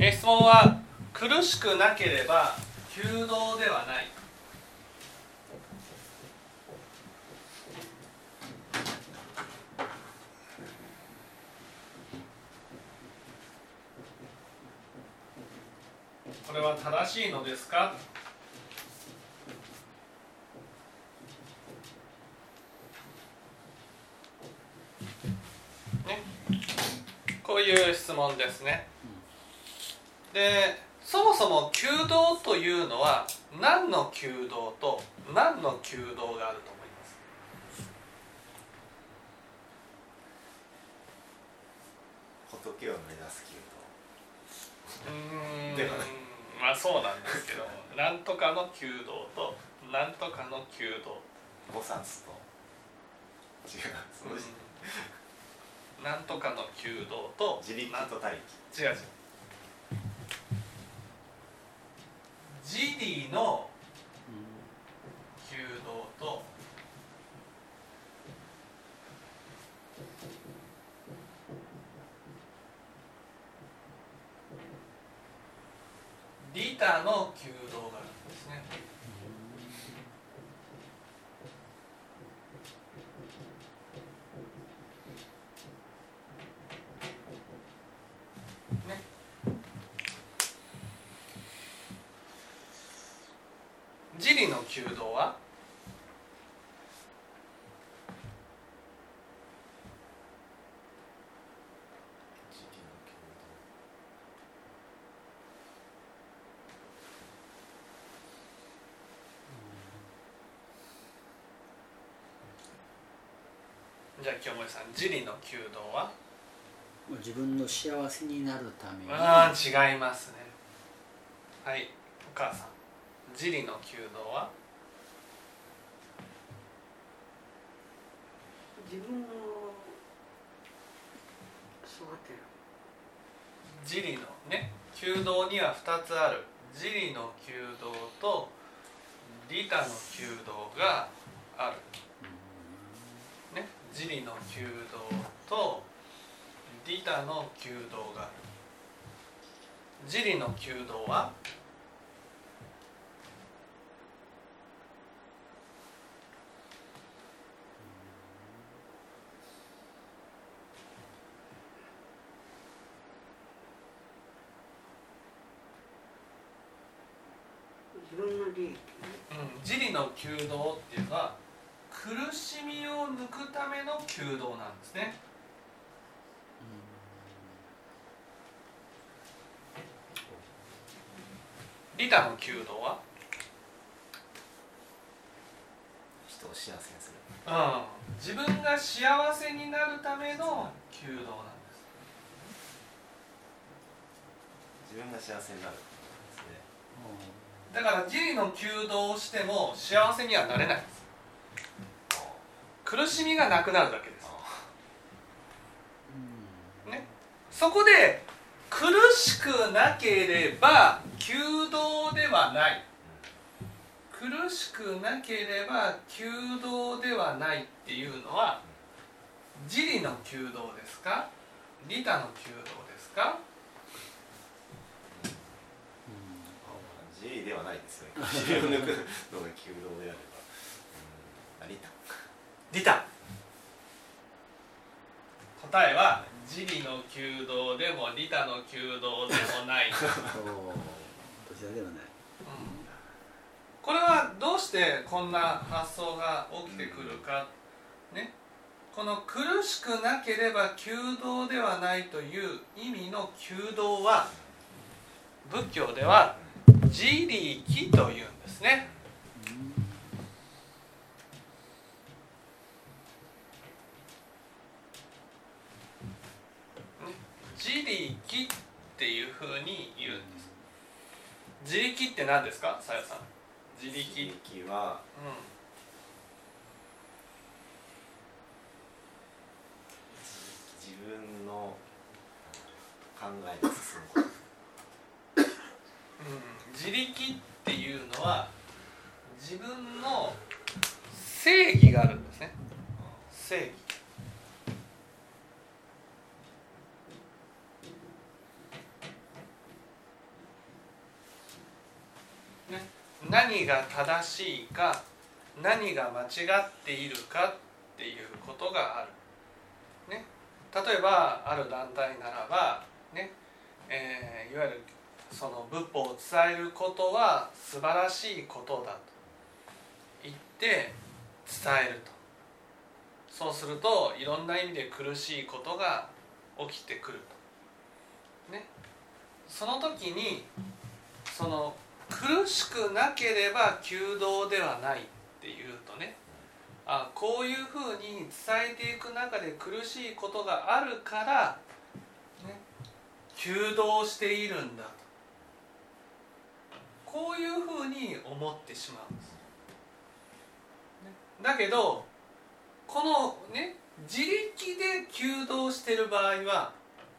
質問は苦しくなければ求道ではない。これは正しいのですか？ね、こういう質問ですね。で、そもそも求道というのは何の求道と何の求道があると思います？ 仏を目指す求道。 ではない。まあそうなんですけど、なんとかの求道となんとかの求道。 菩薩と違う。そのなんとかの求道と自力と他力。 違う。自利の求道と利他の求道があるんですね。自利の求道はじゃあ清盛さん、自利の求道は自分の幸せになるために。 違いますね。はい、お母さん、自利の求道は自分を育てる。 自利のね、求道には2つある。自利の求道と利他の求道がある。ね、自利の求道と利他の求道がある。自利の求道は自分の利益。 自利の求道っていうのは苦しみを抜くための求道なんですね。利他の求道は人を幸せにする。 自分が幸せになるための求道なんです。 自分が幸せになる。 だから自利の求道をしても幸せにはなれないんです。苦しみがなくなるだけです。ね、そこで苦しくなければ求道ではない。苦しくなければ求道ではないっていうのは自利の求道ですか？利他の求道ですか？ 自利ではないですよね。自利を抜くのが求道であれば。利他。 利他。答えは自利の求道でも利他の求道でもない。 どちらではない。 これはどうしてこんな発想が起きてくるか、ね、この苦しくなければ求道ではないという意味の求道は仏教では自力というんですね。自力っていうふうに言うんです。自力って何ですか、さやさん？自力は、自分の考えで進むこと。 自力っていうのは自分の正義があるんですね。正義。 ね、何が正しいか何が間違っているかっていうことがある、ね、例えばある団体ならば、ねいわゆるその仏法を伝えることは素晴らしいことだと言って伝えると、そうするといろんな意味で苦しいことが起きてくると、ね、その時にその苦しくなければ求道ではないっていうとね、こういうふうに伝えていく中で苦しいことがあるから、ね、求道しているんだと、こういうふうに思ってしまうんです、ね、だけどこのね自力で求道している場合は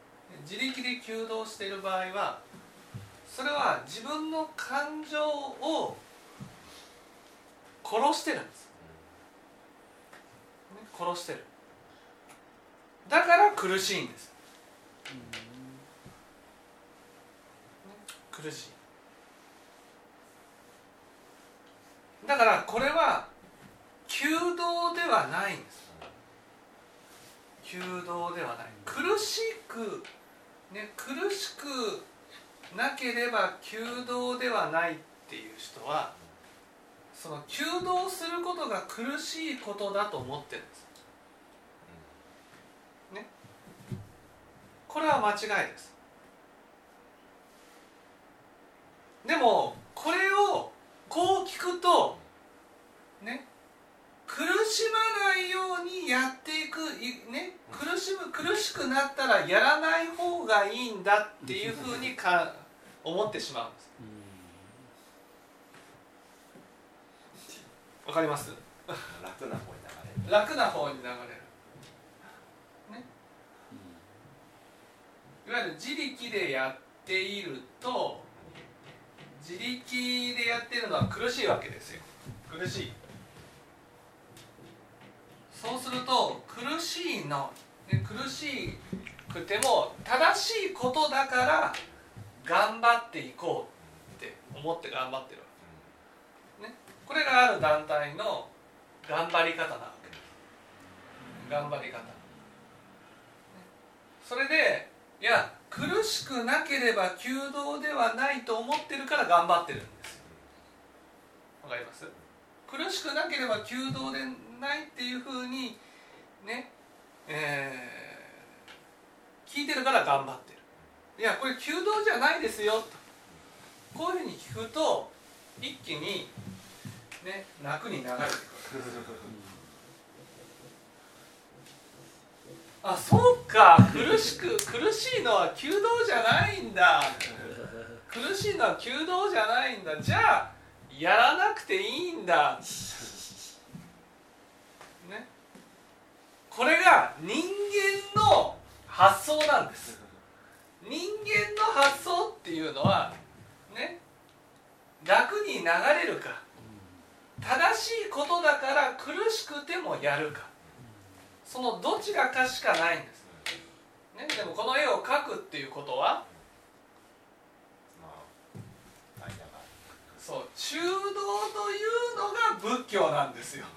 それは自分の感情を殺してるんです、ね、殺してる。だから苦しいんです、ね、苦しい。だからこれは求道ではないんです。求道ではない。苦しくなければ求道ではないっていう人は、その求道することが苦しいことだと思ってるんです、ね、これは間違いです。でもこれをこう聞くとね、苦しまないようにやっていく、ね、苦しくなったらやらない方がいいんだっていうふうに思ってしまうんです。わかります？ 楽な方に流れる。 楽な方に流れる、ね、いわゆる自力でやっていると、自力でやっているのは苦しいわけですよ。苦しい。そうすると苦しくても正しいことだから頑張っていこうって思って頑張ってるわけ、ね、これがある団体の頑張り方なわけです。頑張り方。それでいや苦しくなければ求道ではないと思ってるから頑張ってるんですよ。わかります？苦しくなければ求道でないっていうふうにね、聞いてるから頑張ってる。いやこれ求道じゃないですよと、こういうふうに聞くと一気にね楽に流れてくる。あ、そうか、苦しいのは求道じゃないんだ、苦しいのは求道じゃないんだ、じゃあやらなくていいんだ、ね、これが人間の発想なんです。人間の発想っていうのはね、楽に流れるか正しいことだから苦しくてもやるか、そのどちらかしかないんです、ね、でもこの絵を描くっていうことはそう中道というのが仏教なんですよ。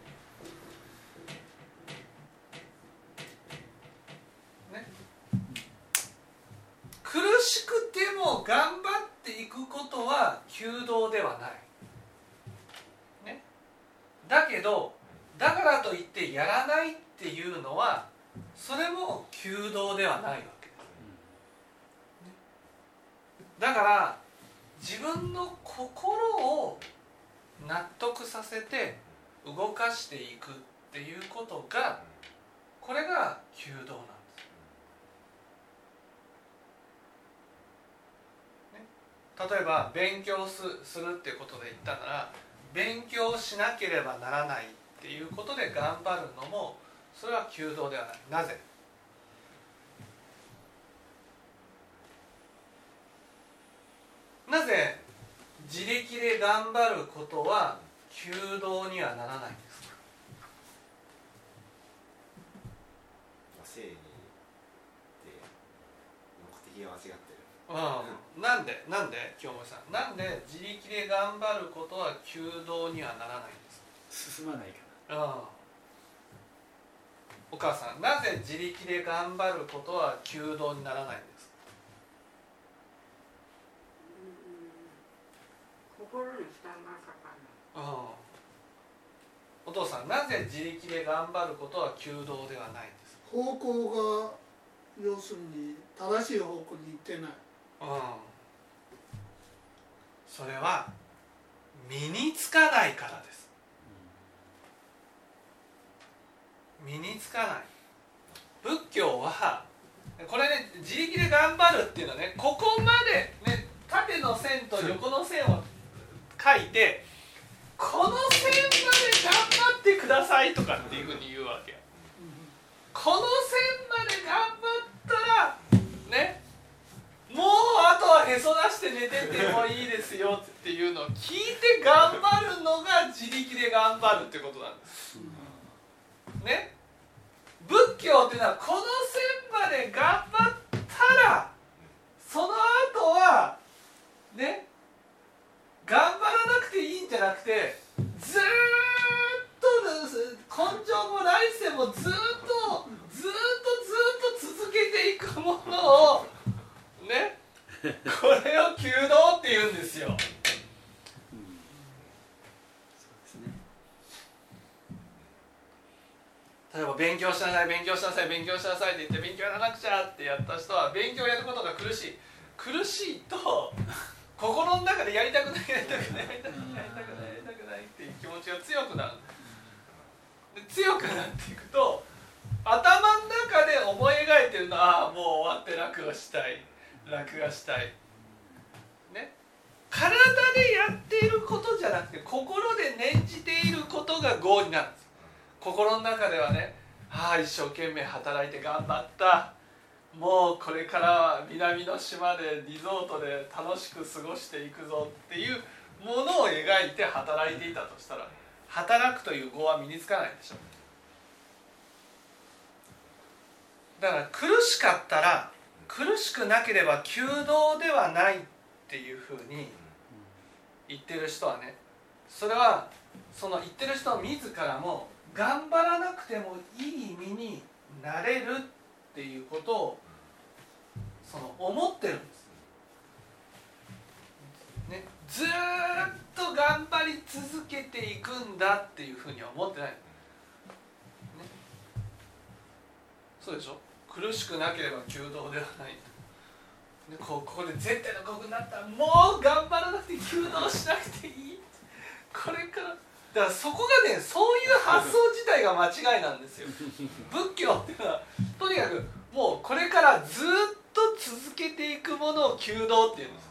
ね、苦しくても頑張っていくことは求道ではない、ね、だけどだからといってやらないっていうのはそれも求道ではないわけです、ね、だから自分の心を納得させて動かしていくっていうことが、これが求道なんです、ね、例えば勉強するっていうことで言ったなら、勉強しなければならないっていうことで頑張るのもそれは求道ではない。なぜ？なぜ自力で頑張ることは求道にはならないんですか？ 正義で目的が間違ってる。 なんで清盛さん、なんで自力で頑張ることは求道にはならないんです進まないかか。お母さん、なぜ自力で頑張ることは求道にならないんですか。 心に負担がかかる。 お父さん、なぜ自力で頑張ることは求道ではないんですか。 方向が要するに正しい方向に行ってない。 それは身につかないからです。身につかない。仏教はこれね、自力で頑張るっていうのはね、ここまでね、縦の線と横の線を書いて、この線まで頑張ってくださいとかっていうふうに言うわけよ。この線まで頑張ったらね、もうあとはへそ出して寝ててもいいですよっていうのを聞いて頑張るのが自力で頑張るってことなんですね。仏教っていうのはこの線まで頑張ったらその後はね、頑張らなくていいんじゃなくて、ずーっと根性も来世もずーっと続けていくものをね、これを求道って言うんですよ。 そうですね。 例えば勉強しなさい勉強しなさい勉強しなさいって言って勉強やらなくちゃってやった人は勉強やることが苦しいと心の中でやりたくないっていう気持ちが強くなる。で強くなっていくと頭の中で思い描いてるのは、もう終わって楽がしたいね、体でやっていることじゃなくて心で念じていることが業になるんです。心の中ではね、一生懸命働いて頑張った、もうこれからは南の島でリゾートで楽しく過ごしていくぞっていうものを描いて働いていたとしたら、働くという業は身につかないでしょ。だから苦しかったら、苦しくなければ求道ではないっていうふうに言ってる人はね、それはその言ってる人自らも頑張らなくてもいい身になれるっていうことを思ってるんです、ね、ずーっと頑張り続けていくんだっていうふうには思ってない、ね、そうでしょ。苦しくなければ求道ではないで、ここで絶対の国になったらもう頑張らなくて求道しなくていい、これからだからそこがね、そういう発想自体が間違いなんですよ。仏教っていうのはとにかくもうこれからずっと続けていくものを求道っていうんです。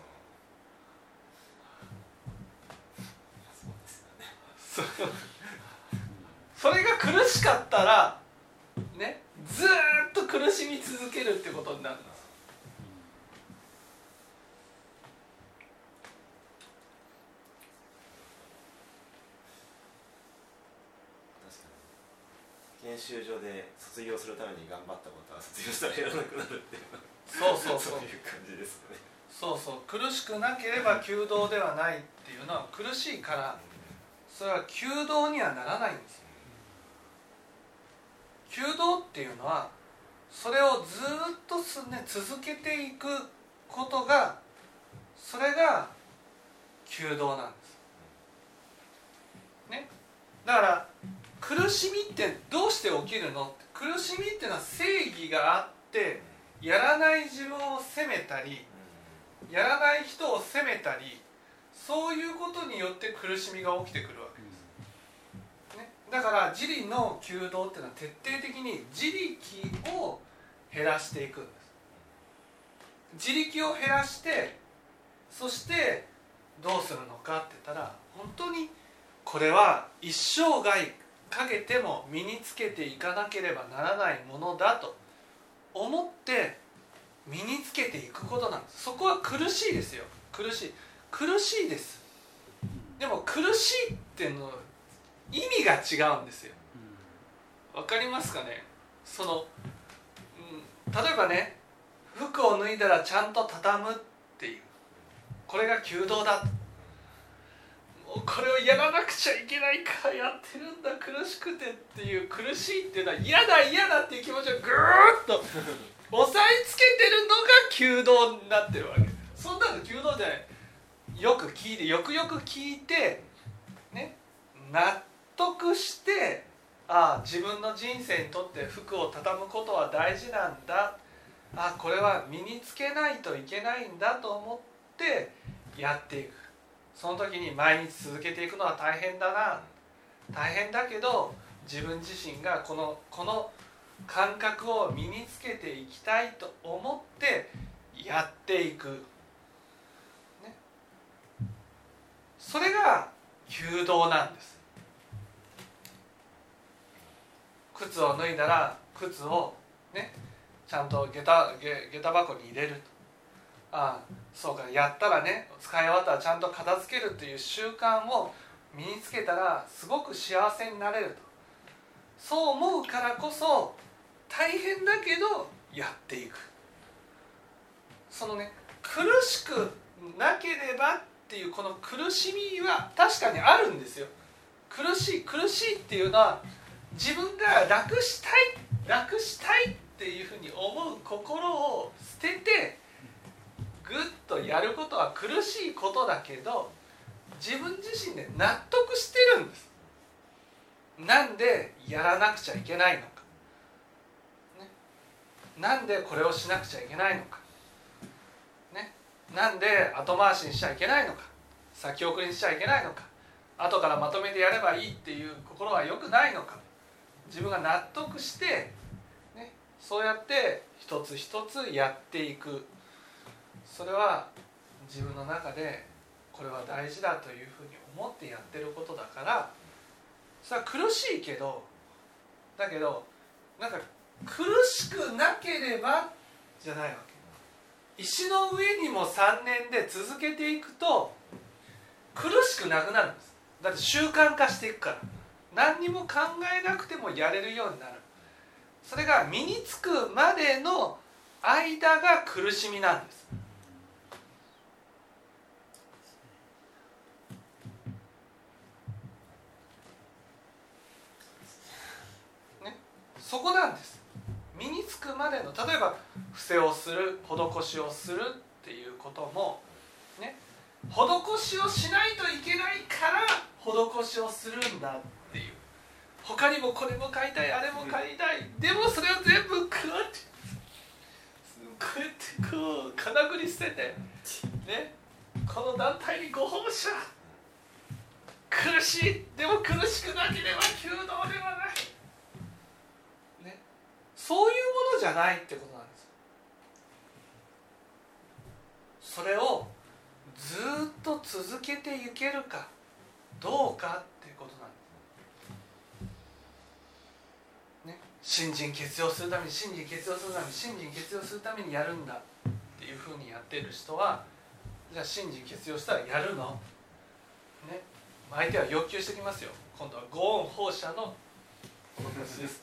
それが苦しかったらね、ずっと苦しみ続けるってことになるんです。 研修所で卒業するために頑張ったことは卒業したらやらなくなるっていうそうそういう感じですね。 そう苦しくなければ求道ではないっていうのは、苦しいからそれは求道にはならないんですよ。求道っていうのはそれをずっと続けていくことが、それが求道なんですね。だから苦しみってどうして起きるの？苦しみっていうのは正義があって、やらない自分を責めたり、やらない人を責めたり、そういうことによって苦しみが起きてくるわけです、ね、だから自利の求道っていうのは徹底的に自力を減らしていくんです。自力を減らして、そしてどうするのかって言ったら、本当にこれは一生涯かけても身につけていかなければならないものだと思って身につけていくことなんです。そこは苦しいですよ。苦しいです。でも苦しいっていうの意味が違うんですよ。わかりますかね。例えばね、 服を脱いだらちゃんと畳むっていう、これが弓道だ。もうこれをやらなくちゃいけないからやってるんだ、苦しくてっていう、苦しいっていうのは嫌だ嫌だっていう気持ちをぐーっと押さえつけてるのが弓道になってるわけ。そんなの弓道じゃない。よく聞いて、よくよく聞いてね、納得して、ああ自分の人生にとって服を畳むことは大事なんだ、ああこれは身につけないといけないんだと思ってやっていく。その時に毎日続けていくのは大変だな、大変だけど自分自身がこの感覚を身につけていきたいと思ってやっていく、ね、それが弓道なんです。靴を脱いだら靴をねちゃんと下駄箱に入れると、ああそうか、やったらね、使い終わったらちゃんと片付けるという習慣を身につけたらすごく幸せになれると、そう思うからこそ大変だけどやっていく。そのね、苦しくなければっていうこの苦しみは確かにあるんですよ。苦しいっていうのは自分が楽したいっていうふうに思う心を捨ててぐっとやることは苦しいことだけど、自分自身で納得してるんです。なんでやらなくちゃいけないのか、ね、なんでこれをしなくちゃいけないのか、ね、なんで後回しにしちゃいけないのか、先送りにしちゃいけないのか、後からまとめてやればいいっていう心は良くないのか、自分が納得して、ね、そうやって一つ一つやっていく。それは自分の中でこれは大事だというふうに思ってやってることだから、それは苦しいけど、だけどなんか苦しくなければじゃないわけ。石の上にも3年で続けていくと苦しくなくなるんです。だって習慣化していくから、何にも考えなくてもやれるようになる。それが身につくまでの間が苦しみなんです。そこなんです。身につくまでの、例えば伏せをする、施しをするっていうこともね、施しをしないといけないから施しをするんだっていう、他にもこれも買いたい、あれも買いたい、でもそれを全部こうやってこうかなぐり捨ててね、この団体にご奉仕は苦しい、でも苦しくなければ弓道ではないね、そういうものじゃないってことなんです。それをずっと続けていけるかどうかっていうことなんですね。信心欠如するために、信心欠如するために、信心欠如するためにやるんだっていうふうにやってる人は、じゃあ信心欠如したらやるのね、相手は要求してきますよ。今度はご恩放射の施しです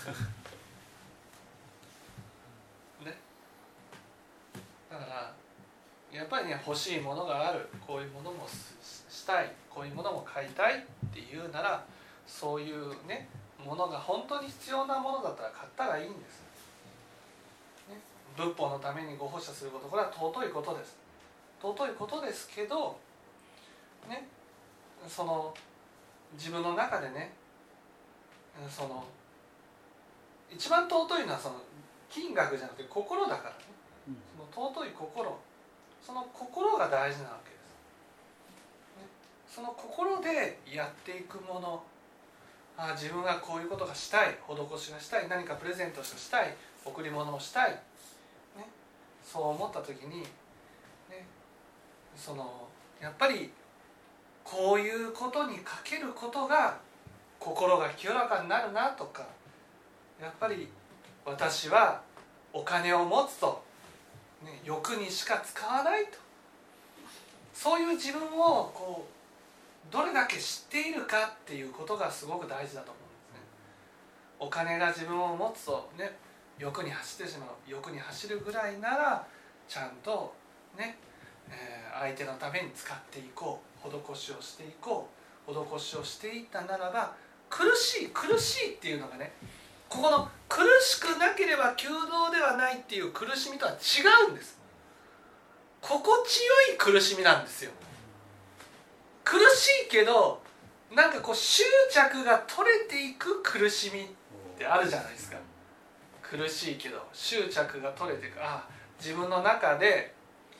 ね、だからやっぱりね、欲しいものがある、こういうものもしたい、こういうものも買いたいっていうなら、そういうねものが本当に必要なものだったら買ったらいいんです、ね、仏法のためにご奉仕すること、これは尊いことです。尊いことですけどね、その自分の中でね、その一番尊いのはその金額じゃなくて心だからね、その尊い心、その心が大事なわけです、ね、その心でやっていくもの、あ、自分がこういうことがしたい、施しがしたい、何かプレゼントがしたい、贈り物をしたい、ね、そう思った時に、ね、そのやっぱりこういうことにかけることが心が清らかになるなとか、やっぱり私はお金を持つと、ね、欲にしか使わないと、そういう自分をこうどれだけ知っているかっていうことがすごく大事だと思うんですね。お金が自分を持つとね、 欲に走ってしまう、欲に走るぐらいならちゃんとね、相手のために使っていこう、施しをしていこう、施しをしていったならば、苦しいっていうのがね、ここの苦しくなければ求道ではないっていう苦しみとは違うんです。心地よい苦しみなんですよ。苦しいけどなんかこう執着が取れていく苦しみってあるじゃないですか。苦しいけど執着が取れていく、自分の中で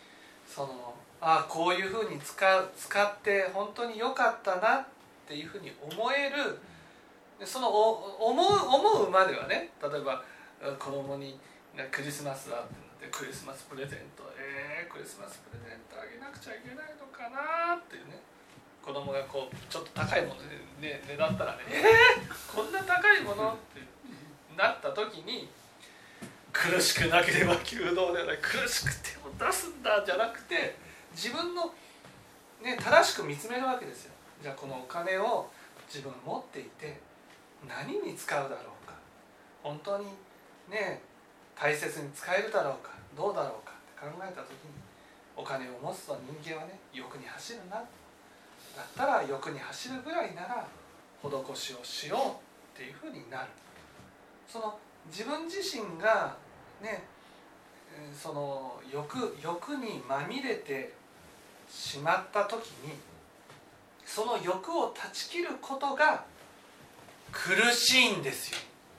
こういうふうに使って本当に良かったなっていうふうに思える、その思うまではね、例えば子供にクリスマスだってなってクリスマスプレゼント、クリスマスプレゼントあげなくちゃいけないのかなっていうね、子供がこうちょっと高いもので、ね、値段ったらね、こんな高いものってなった時に、苦しくなければ求道ではない、苦しくても出すんだじゃなくて、自分の、ね、正しく見つめるわけですよ。じゃあこのお金を自分が持っていて何に使うだろうか、本当にね大切に使えるだろうかどうだろうかって考えた時に、お金を持つと人間はね欲に走るな、だったら欲に走るぐらいなら施しをしようっていうふうになる。その自分自身がね、その欲にまみれてしまった時に、その欲を断ち切ることが苦しいんですよ、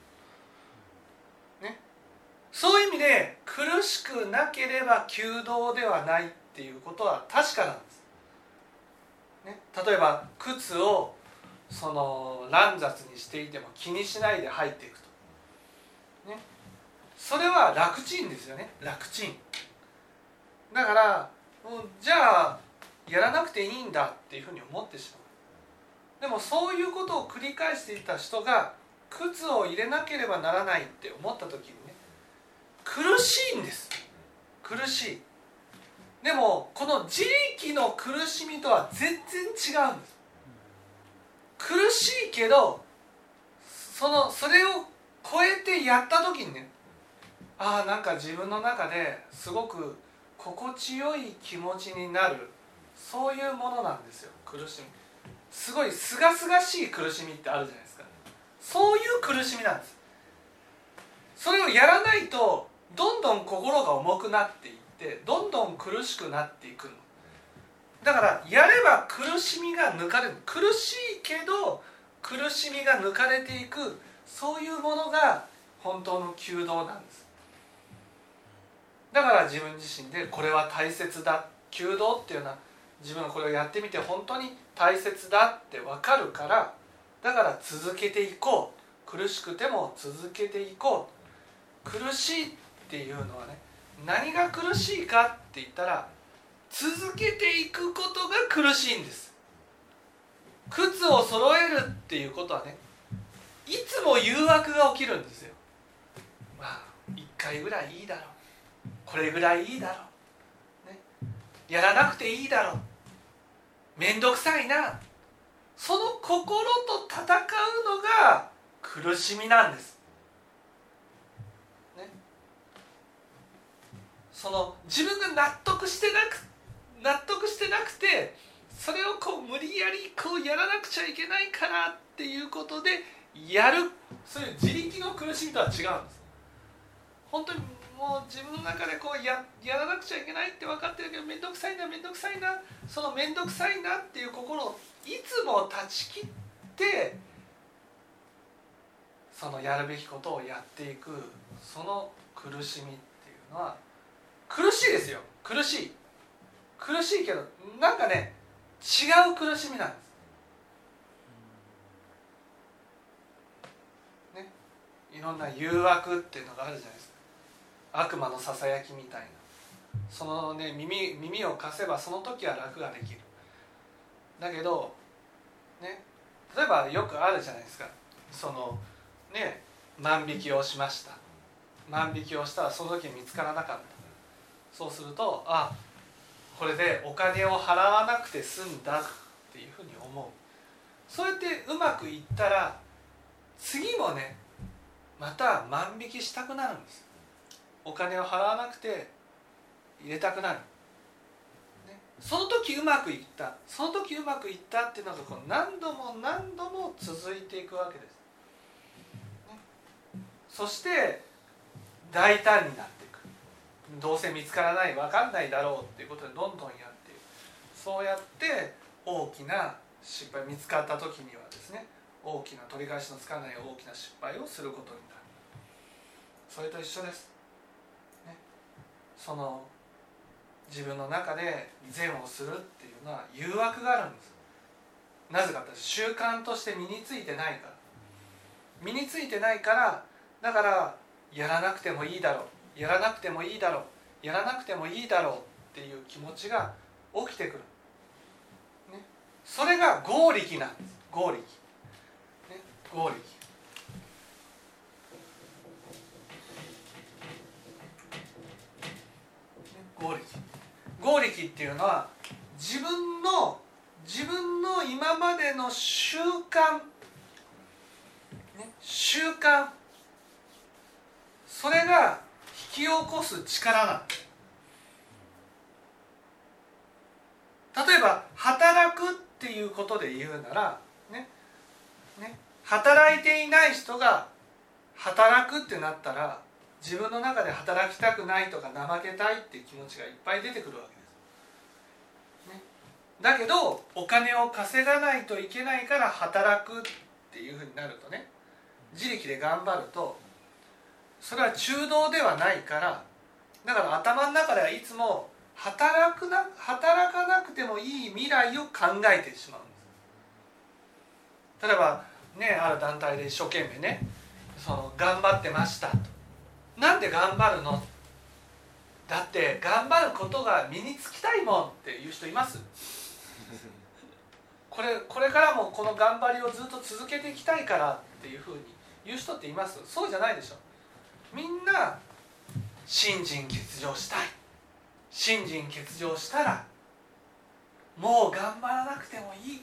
ね、そういう意味で苦しくなければ求道ではないっていうことは確かなんです、ね、例えば靴を乱雑にしていても気にしないで入っていくと、ね、それは楽ちんですよね。楽ちんだからじゃあやらなくていいんだっていうふうに思ってしまう。でもそういうことを繰り返していた人が靴を入れなければならないって思った時にね、苦しいんです。苦しい。でもこの自力の苦しみとは全然違うんです。苦しいけどそれを超えてやった時にね、なんか自分の中ですごく心地よい気持ちになる、そういうものなんですよ。苦しみ、すごいすがすがしい苦しみってあるじゃないですか。そういう苦しみなんです。それをやらないとどんどん心が重くなっていってどんどん苦しくなっていくのだから、やれば苦しみが抜かれる、苦しいけど苦しみが抜かれていく、そういうものが本当の求道なんです。だから自分自身でこれは大切だ、求道っていうのは自分がこれをやってみて本当に大切だって分かるから、だから続けていこう、苦しくても続けていこう。苦しいっていうのはね、何が苦しいかって言ったら続けていくことが苦しいんです。靴を揃えるっていうことはね、いつも誘惑が起きるんですよ。1回ぐらいいいだろう、これぐらいいいだろう、ね、やらなくていいだろう、めんどくさいな、その心と戦うのが苦しみなんです、ね、自分が納得してなくて、それを無理やりやらなくちゃいけないからっていうことでやる、そういう自力の苦しみとは違うんです。本当にもう自分の中でやらなくちゃいけないって分かってるけど、めんどくさいな、そのめんどくさいなっていう心をいつも断ち切って、そのやるべきことをやっていく、その苦しみっていうのは苦しいですよ。苦しいけどなんかね、違う苦しみなんです、ね、いろんな誘惑っていうのがあるじゃないですか。悪魔のささやきみたいな、そのね、耳を貸せばその時は楽ができる。だけどね、例えばよくあるじゃないですか、万引きをしました。万引きをしたらその時見つからなかった。そうすると、これでお金を払わなくて済んだっていうふうに思う。そうやってうまくいったら次もね、 また万引きしたくなるんです。お金を払わなくて入れたくなる、ね、その時うまくいったっていうのがこう何度も何度も続いていくわけです、ね、そして大胆になっていく。どうせ見つからない、分かんないだろうっていうことでどんどんやっていく。そうやって大きな失敗、見つかった時にはですね、大きな取り返しのつかない大きな失敗をすることになる。それと一緒です、ね、その自分の中で善をするっていうのは誘惑があるんです。なぜかというと習慣として身についてないから。身についてないから、だからやらなくてもいいだろう、やらなくてもいいだろう、やらなくてもいいだろうっていう気持ちが起きてくる、ね、それが合力なんです。合力、ね、合力。合力っていうのは自分の今までの習慣、それが引き起こす力なんです。例えば働くっていうことで言うなら、働いていない人が働くってなったら、自分の中で働きたくないとか怠けたいっていう気持ちがいっぱい出てくるわけです、ね、だけどお金を稼がないといけないから働くっていうふうになるとね、自力で頑張るとそれは中道ではないから、だから頭の中ではいつも働かなくてもいい未来を考えてしまうんです。例えばね、ある団体で一生懸命ね、頑張ってましたと。なんで頑張るの？だって頑張ることが身につきたいもんっていう人います？これからもこの頑張りをずっと続けていきたいからっていうふうに言う人っています？そうじゃないでしょ。みんな信心欠如したい。信心欠如したらもう頑張らなくてもいい。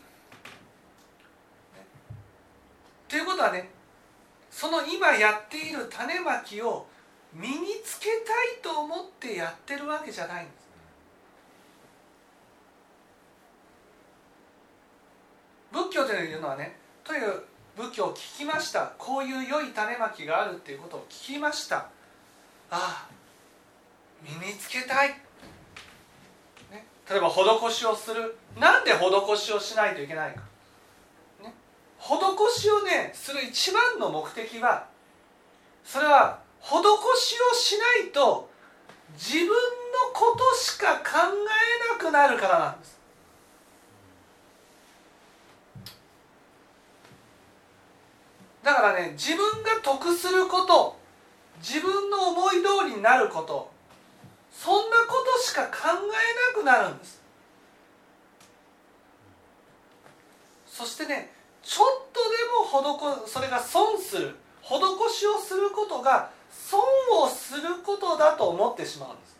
ということはね、その今やっている種まきを身につけたいと思ってやってるわけじゃないんです。仏教というのはね、という仏教を聞きました。こういう良い種まきがあるっていうことを聞きました。ああ、身につけたい、ね、例えば施しをする。なんで施しをしないといけないか、ね、施しをねする一番の目的は、それは施しをしないと自分のことしか考えなくなるからなんです。だからね、自分が得すること、自分の思い通りになること、そんなことしか考えなくなるんです。そしてね、ちょっとでもそれが損する、施しをすることが損をすることだと思ってしまうんです。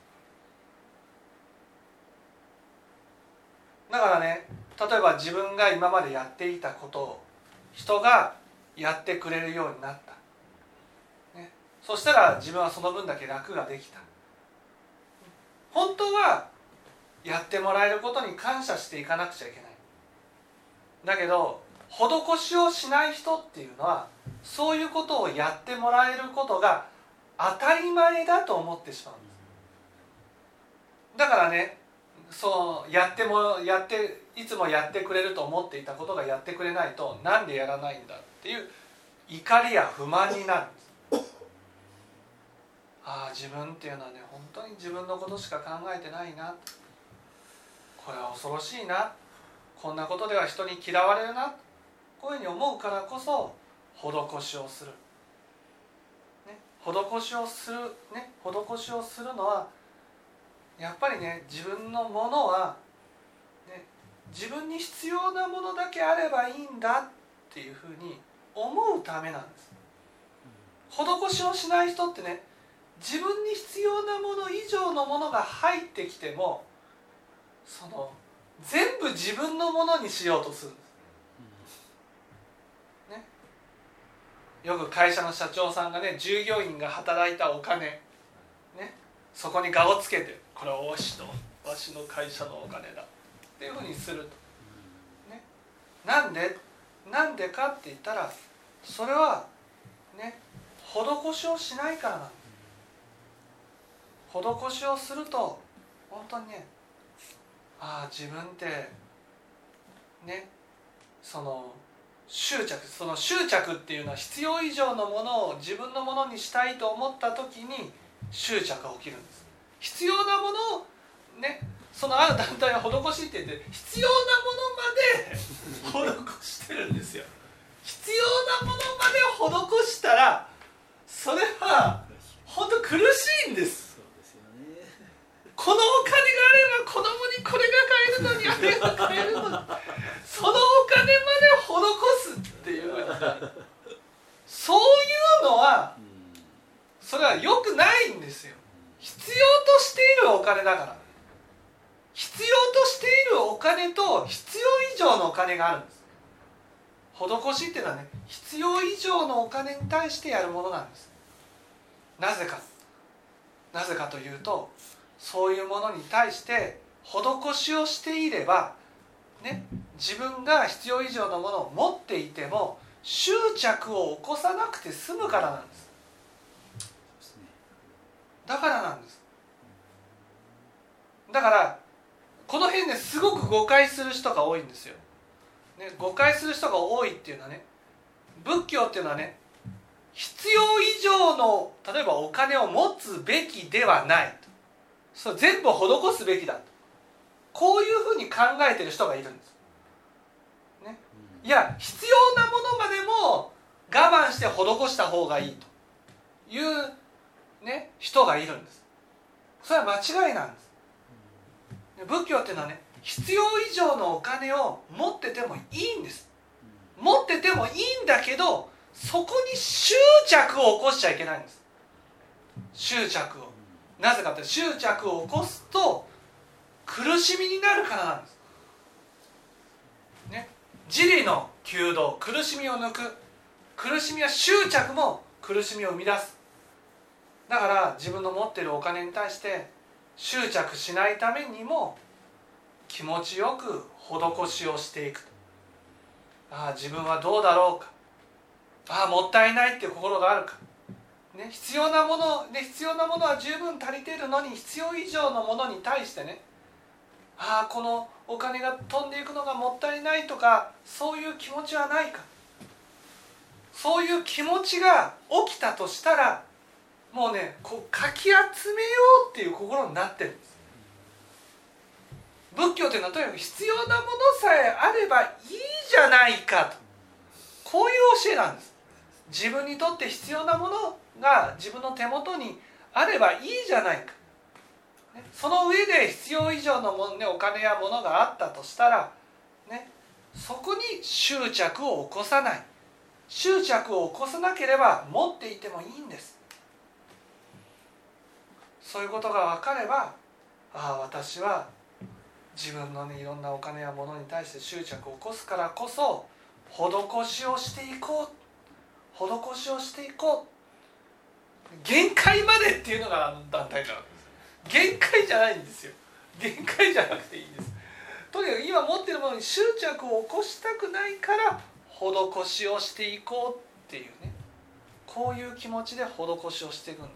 だからね、例えば自分が今までやっていたことを人がやってくれるようになった、ね、そしたら自分はその分だけ楽ができた。本当はやってもらえることに感謝していかなくちゃいけない。だけど施しをしない人っていうのは、そういうことをやってもらえることが当たり前だと思ってしまうんです。だからね、いつもやってくれると思っていたことがやってくれないと、なんでやらないんだっていう怒りや不満になるんです。ああ、自分っていうのはね、本当に自分のことしか考えてないな、これは恐ろしいな、こんなことでは人に嫌われるな、こういうふうに思うからこそ施しをする、ね、施しをするのはやっぱりね、自分のものは、ね、自分に必要なものだけあればいいんだっていうふうに思うためなんです。施しをしない人ってね、自分に必要なもの以上のものが入ってきても、全部自分のものにしようとするんです、ね、 よく会社の社長さんがね、従業員が働いたお金、ね、そこに我をつけて、これはわしの会社のお金だっていうふうにすると、ね、なんでかって言ったら、それはね、施しをしないからなんです。施しをすると本当にね、自分ってね、その執着っていうのは必要以上のものを自分のものにしたいと思った時に執着が起きるんです。必要なものをね、そのある団体は施しって言って必要なものまで施してるんですよ。必要なものまで施したらそれは本当苦しいんです。このお金があれば子供にこれが買えるのにあれが買えるのにそのお金まで施すっていうそういうのはそれは良くないんですよ。必要としているお金だから。必要としているお金と必要以上のお金があるんです。施しっていうのはね、必要以上のお金に対してやるものなんです。なぜかというと、そういうものに対して施しをしていれば、ね、自分が必要以上のものを持っていても執着を起こさなくて済むからなんです。だからなんです。だからこの辺ね、すごく誤解する人が多いんですよ、ね、誤解する人が多いっていうのはね、仏教っていうのはね、必要以上の例えばお金を持つべきではないと、それ全部施すべきだと、こういうふうに考えてる人がいるんです、ね、いや必要なものまでも我慢して施した方がいいという、ね、人がいるんです。それは間違いなんです。仏教っていうのはね、必要以上のお金を持っててもいいんです。持っててもいいんだけど、そこに執着を起こしちゃいけないんです。執着を。なぜかって執着を起こすと苦しみになるからなんです。ね、自利の求道、苦しみを抜く。苦しみは執着も苦しみを生み出す。だから自分の持っているお金に対して執着しないためにも気持ちよく施しをしていく。自分はどうだろうか、もったいないっていう心があるか、ね、必要なものは十分足りているのに必要以上のものに対してね、このお金が飛んでいくのがもったいないとか、そういう気持ちはないか。そういう気持ちが起きたとしたら、もうね、こうかき集めようっていう心になってるんです。仏教というのはとにかく必要なものさえあればいいじゃないかと、こういう教えなんです。自分にとって必要なものが自分の手元にあればいいじゃないか、ね、その上で必要以上のもの、ね、お金や物があったとしたら、ね、そこに執着を起こさない。執着を起こさなければ持っていてもいいんです。そういうことが分かれば、私は自分のね、いろんなお金や物に対して執着を起こすからこそ施しをしていこう、施しをしていこう、限界までっていうのが団体からです。限界じゃないんですよ。限界じゃなくていいんです。とにかく今持っているものに執着を起こしたくないから施しをしていこうっていうね、こういう気持ちで施しをしていくんです。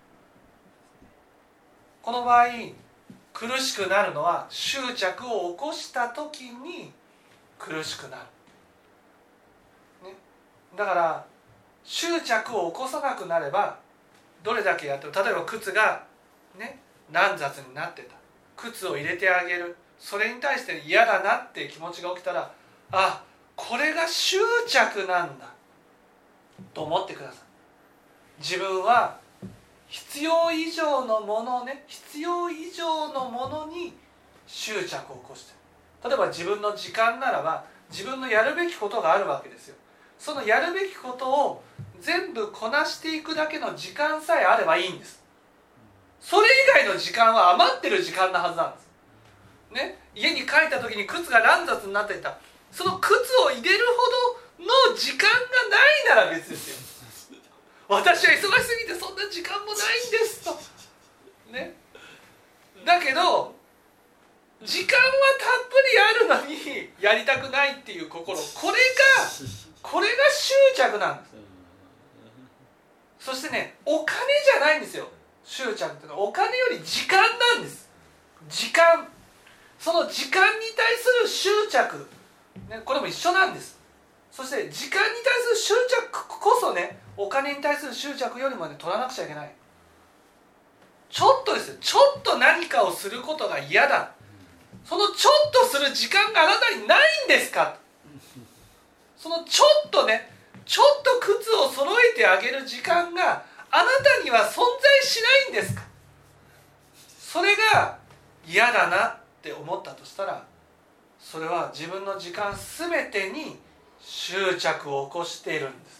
この場合苦しくなるのは執着を起こした時に苦しくなる、ね、だから執着を起こさなくなればどれだけやっても、例えば靴が、ね、乱雑になってた、靴を入れてあげる、それに対して嫌だなって気持ちが起きたら、これが執着なんだと思ってください。自分は必要以上のものね、必要以上のものに執着を起こしている。例えば自分の時間ならば自分のやるべきことがあるわけですよ。そのやるべきことを全部こなしていくだけの時間さえあればいいんです。それ以外の時間は余ってる時間なはずなんです、ね、家に帰った時に靴が乱雑になっていた、その靴を入れるほの時間がないなら別ですよ。私は忙しすぎてそんな時間もないんですとね。だけど時間はたっぷりあるのにやりたくないっていう心、これが執着なんです。そしてね、お金じゃないんですよ。執着っていうのはお金より時間なんです。時間、その時間に対する執着、ね、これも一緒なんです。そして時間に対する執着こそね、お金に対する執着よりもね、取らなくちゃいけない。ちょっとですよ、ちょっと何かをすることが嫌だ、そのちょっとする時間があなたにないんですか。そのちょっとね、ちょっと靴を揃えてあげる時間があなたには存在しないんですか。それが嫌だなって思ったとしたら、それは自分の時間すべてに執着を起こしているんです。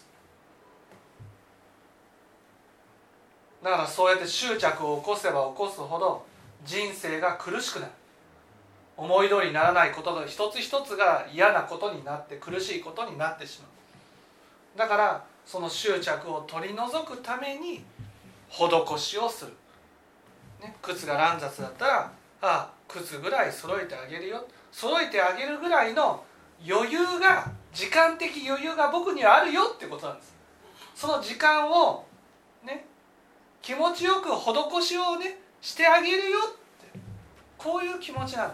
だからそうやって執着を起こせば起こすほど人生が苦しくなる。思い通りにならないことの一つ一つが嫌なことになって苦しいことになってしまう。だからその執着を取り除くために施しをする、ね、靴が乱雑だったら、靴ぐらい揃えてあげるよ、揃えてあげるぐらいの余裕が、時間的余裕が僕にはあるよってことなんです。その時間をね、気持ちよく施しをねしてあげるよって、こういう気持ちなんです。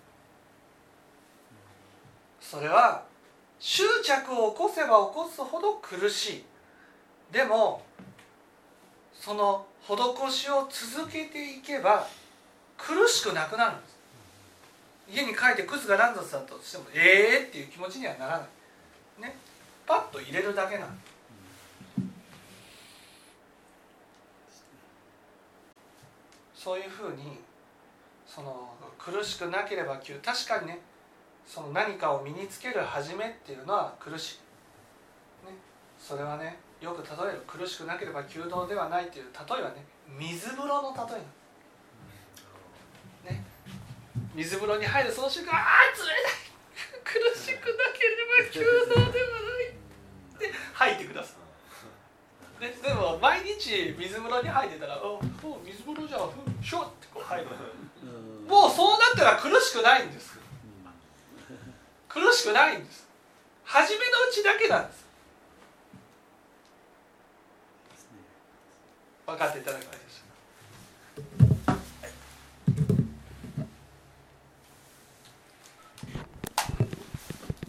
それは執着を起こせば起こすほど苦しい。でもその施しを続けていけば苦しくなくなるんです。家に帰って靴が乱雑だとしてもっていう気持ちにはならないね。パッと入れるだけなんです。そういうふうにその苦しくなければ確かにね、その何かを身につける始めっていうのは苦しい、ね、それはね、よく例える苦しくなければ弓道ではないという例えはね、水風呂の例えなんです、ね、水風呂に入るその瞬間、冷たい苦しくなければ弓道ではないって吐いてください。でも毎日水風呂に入ってたら、水風呂じゃん、シュッってこう入る。もうそうなったら苦しくないんです。苦しくないんです。初めのうちだけなんです。分かっていただきました。